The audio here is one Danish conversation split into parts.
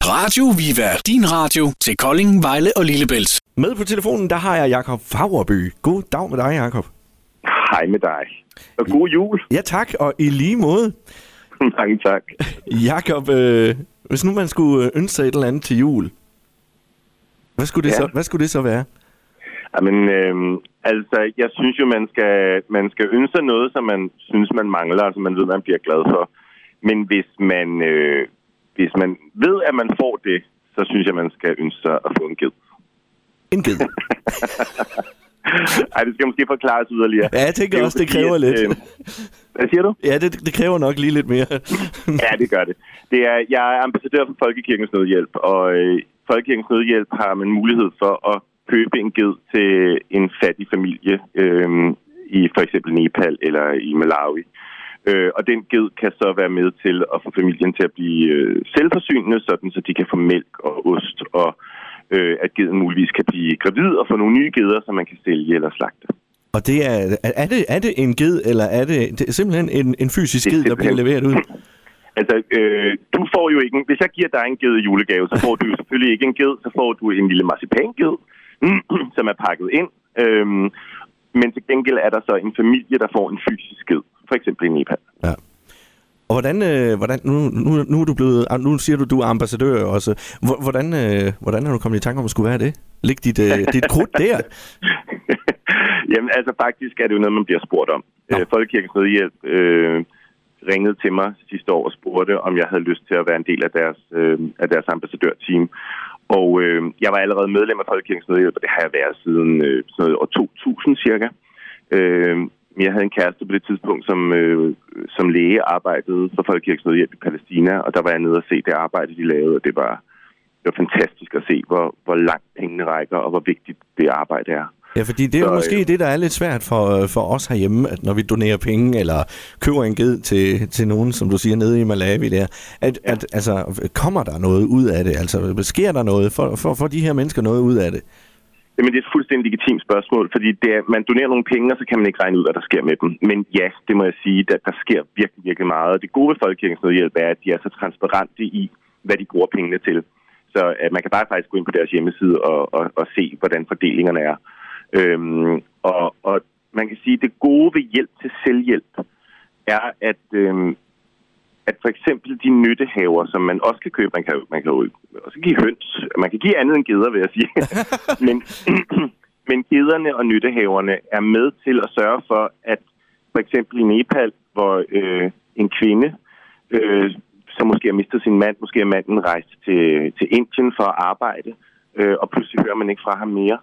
Radio Viva. Din radio til Kolding, Vejle og Lillebælt. Med på telefonen, der har jeg Jakob Fagerby. God dag med dig, Jakob. Hej med dig. Og god jul. Ja, tak. Og i lige måde. Mange tak. Jakob, hvis nu man skulle ønske sig et eller andet til jul, hvad skulle det så være? Jamen, altså, jeg synes jo, man skal ønske sig noget, som man synes, man mangler, og som man ved, man bliver glad for. Men hvis man ved, at man får det, så synes jeg, man skal ønske sig at få en ged. En ged? Ej, det skal måske forklares yderligere. Ja, jeg tænker også, det kræver lidt. Hvad siger du? Ja, det kræver nok lige lidt mere. Ja, det gør det. Jeg er ambassadør for Folkekirkens Nødhjælp, og Folkekirkens Nødhjælp har man mulighed for at købe en ged til en fattig familie i for eksempel Nepal eller i Malawi. Og den ged kan så være med til at få familien til at blive selvforsynende, sådan så de kan få mælk og ost, og at geden muligvis kan blive gravid og få nogle nye geder, som man kan sælge eller slagte. Og det er det en ged, eller er det simpelthen en fysisk ged, der bliver leveret ud? Altså, du får jo ikke hvis jeg giver dig en ged i julegave, så får du jo selvfølgelig ikke en ged, så får du en lille marcipanged, som er pakket ind. Men til gengæld er der så en familie, der får en fysisk ged, for eksempel i Nepal. Ja. Og hvordan nu er du blevet, nu siger du er ambassadør også. Hvordan er du kommet i tanke om at skulle være det? Læg dit krudt der. Jamen altså faktisk er det jo noget, man bliver spurgt om. Folkekirkens Nødhjælp ringede til mig sidste år og spurgte, om jeg havde lyst til at være en del af deres ambassadørteam. Og jeg var allerede medlem af Folkekirkens Nødhjælp, og det har jeg været siden sådan noget år 2000 cirka. Jeg havde en kæreste på det tidspunkt, som læge arbejdede for Folkekirkens Nødhjælp i Palæstina, og der var jeg nede og se det arbejde, de lavede, og det var fantastisk at se, hvor langt pengene rækker, og hvor vigtigt det arbejde er. Ja, fordi det er jo måske det, der er lidt svært for os herhjemme, at når vi donerer penge, eller køber en ged til nogen, som du siger, nede i Malawi der, altså, kommer der noget ud af det? Altså, sker der noget? For de her mennesker noget ud af det? Jamen, det er et fuldstændig legitimt spørgsmål, fordi man donerer nogle penge, og så kan man ikke regne ud, hvad der sker med dem. Men ja, det må jeg sige, at der sker virkelig, virkelig meget. Det gode ved Folkekirkens Nødhjælp er, at de er så transparente i, hvad de bruger pengene til. Så man kan bare faktisk gå ind på deres hjemmeside og se, hvordan fordelingerne er. Og man kan sige, at det gode ved hjælp til selvhjælp er, at for eksempel de nyttehaver, som man også kan købe, man kan også give høns, man kan give andet end geder, vil jeg sige. men gederne og nyttehaverne er med til at sørge for, at for eksempel i Nepal, hvor en kvinde, som måske har mistet sin mand, måske er manden rejst til Indien for at arbejde, og pludselig hører man ikke fra ham mere.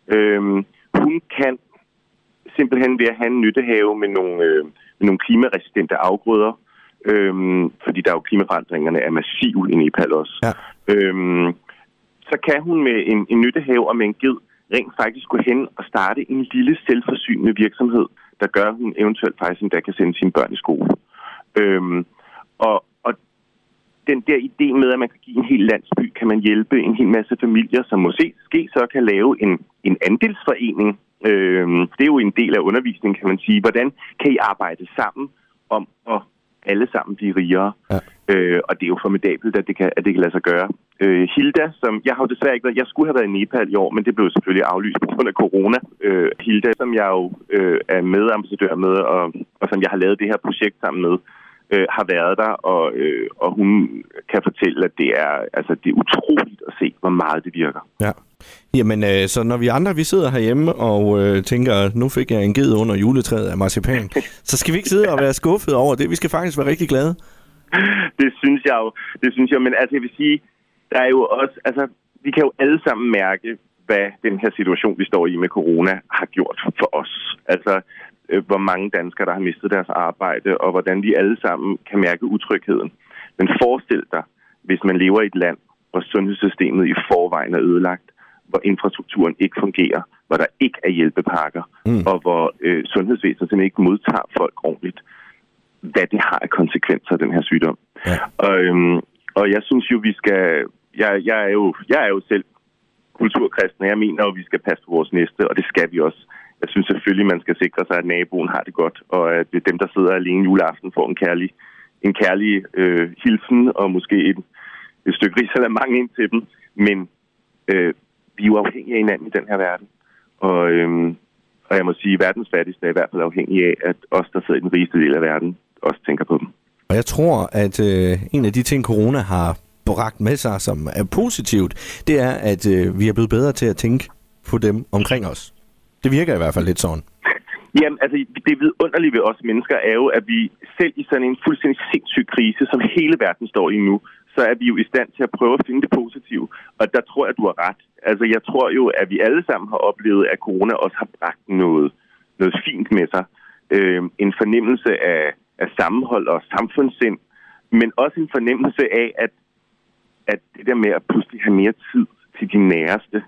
Hun kan simpelthen ved at have en nyttehave med nogle klimaresistente afgrøder, fordi der er jo klimaforandringerne er massive i Nepal også. Ja. Så kan hun med en nyttehave og med en ged rent faktisk gå hen og starte en lille selvforsynende virksomhed, der gør, at hun eventuelt faktisk endda kan sende sine børn i skole. Og den der idé med, at man kan give en hel landsby, kan man hjælpe en hel masse familier, som måske så kan lave en andelsforening. Det er jo en del af undervisningen, kan man sige. Hvordan kan I arbejde sammen om at alle sammen blive rigere? Ja. Og det er jo formidabelt, at det kan lade sig gøre. Hilda, som jeg har jo desværre ikke været, jeg skulle have været i Nepal i år, men det blev selvfølgelig aflyst på grund af corona. Hilda, som jeg jo er medambassadør med, og som jeg har lavet det her projekt sammen med, har været der, og hun kan fortælle, at det er utroligt at se, hvor meget det virker. Ja. Jamen, så når vi andre, vi sidder herhjemme og tænker, nu fik jeg en ged under juletræet af marcipan, så skal vi ikke sidde og være skuffet over det. Vi skal faktisk være rigtig glade. Det synes jeg. Men altså, jeg vil sige, der er jo også, vi kan jo alle sammen mærke, hvad den her situation, vi står i med corona, har gjort for os. Altså, hvor mange danskere, der har mistet deres arbejde, og hvordan vi alle sammen kan mærke utrygheden. Men forestil dig, hvis man lever i et land, hvor sundhedssystemet i forvejen er ødelagt, hvor infrastrukturen ikke fungerer, hvor der ikke er hjælpepakker, og hvor sundhedsvæsenet simpelthen ikke modtager folk ordentligt, hvad det har af konsekvenser, den her sygdom. Ja. Og jeg synes jo, vi skal... Jeg er jo selv kulturkristen, og jeg mener jo, vi skal passe på vores næste, og det skal vi også. Jeg synes selvfølgelig, man skal sikre sig, at naboen har det godt, og at dem, der sidder alene juleaften, får en kærlig hilsen, og måske et stykke ris eller mange ind til dem, men vi er jo afhængige af hinanden i den her verden. Og jeg må sige, at verdens fattigste er i hvert fald afhængige af, at os, der sidder i den rigeste del af verden, også tænker på dem. Og jeg tror, at en af de ting, corona har bragt med sig, som er positivt, det er, at vi er blevet bedre til at tænke på dem omkring os. Det virker i hvert fald lidt sådan. Jamen, altså, det vidunderlige ved os mennesker er jo, at vi selv i sådan en fuldstændig sindssyg krise, som hele verden står i nu, så er vi jo i stand til at prøve at finde det positive. Og der tror jeg, at du har ret. Altså, jeg tror jo, at vi alle sammen har oplevet, at corona også har bragt noget fint med sig. En fornemmelse af sammenhold og samfundssind, men også en fornemmelse af, at det der med at pludselig have mere tid til de næreste,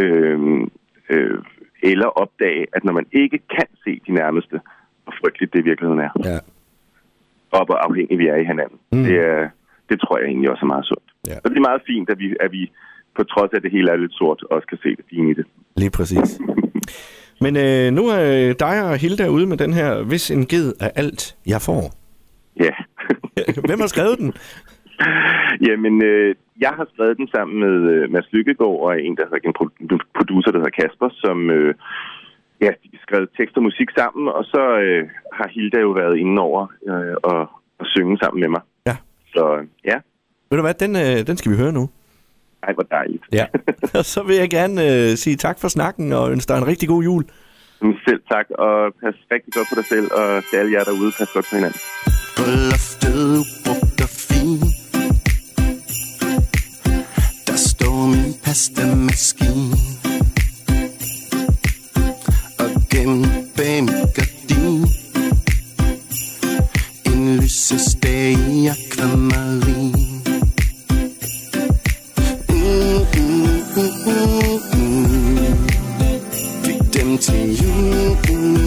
eller opdage, at når man ikke kan se de nærmeste, hvor frygteligt det i virkeligheden er. Ja. Og hvor afhængige vi er i hinanden. Det tror jeg egentlig også er meget sundt. Ja. Så det er meget fint, at vi på trods af det hele er lidt sort, også kan se det fine i det. Lige præcis. Men nu er dig og Hilda ude med den her, hvis en ged er alt, jeg får. Ja. Hvem har skrevet den? Jamen, jeg har skrevet den sammen med Mads Lykkegaard og en producer, der hedder Kasper, som de har skrevet tekst og musik sammen, og så har Hilda jo været inde over og synge sammen med mig. Ja. Så ja. Ved du hvad, den skal vi høre nu. Ej, hvor dejligt. Ja, og så vil jeg gerne sige tak for snakken og ønske dig en rigtig god jul. Selv tak, og pas rigtig godt på dig selv, og til alle jer derude, pas godt på hinanden. På loftet ubrugt og fin, der står min pastamaskine, og gennem bag mit gardin en lysestage i akvamarin. Fik dem til jul.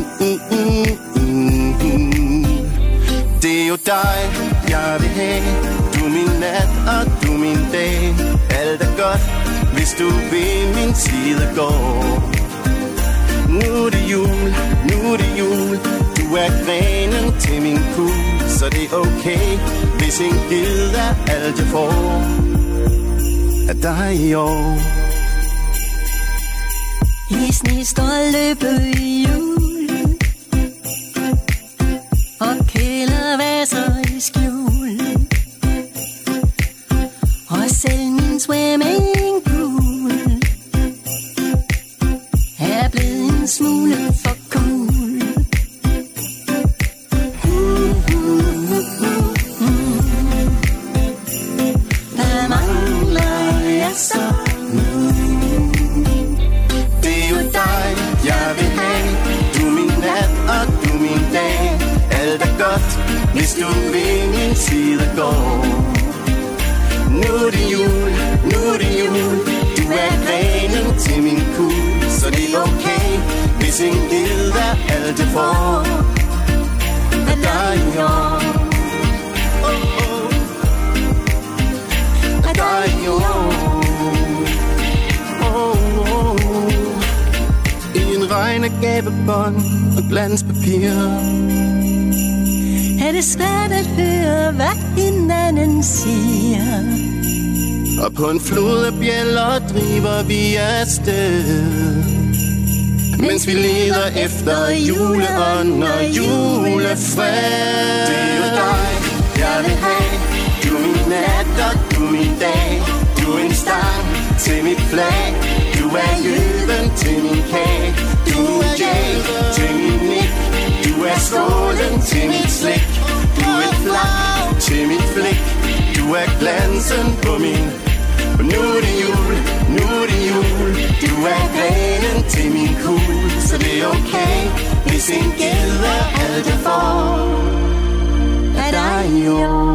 Det er jo dig, jeg vil have. Du er min nat, og du er min dag. Alt er godt, hvis du ved min side går. Nu er det jul, nu er det jul. Du er grenen til min kugle, så det er okay, hvis en ged er alt jeg får af dig i år. I sne står løbet i jul, og kældervasser i skjul, og selv min swimmingpool er blevet en smule for cool. Der mangler jeg så nu. Det er jo dig, jeg vil have. Du er min nat, og du er min dag. Alt er godt, hvis du ved min side går. Nu er det jul, nu er det jul. Du er grenen til min kugle, så det er okay, hvis en ged er alt det får af dig i år. Af dig i år. I en regn af gavebånd og glanspapir er det svært at høre, hvad hinanden siger. Og på en flod af bjælder driver vi afsted, mens vi leder efter juleånd og julefred. Det er jo dig, jeg vil have. Du er min nat, og du er min dag. Du er en stang til mit flag. Du er jøden til min kage. Du er jæden til min nik. Du er skålen til mit slik. Du er flak til mit flik. Du er glansen på min. Og nu er det jul, nu er det jul. Du er grenen til min kugle, så det er okay, hvis en ged er alt jeg får af dig i år.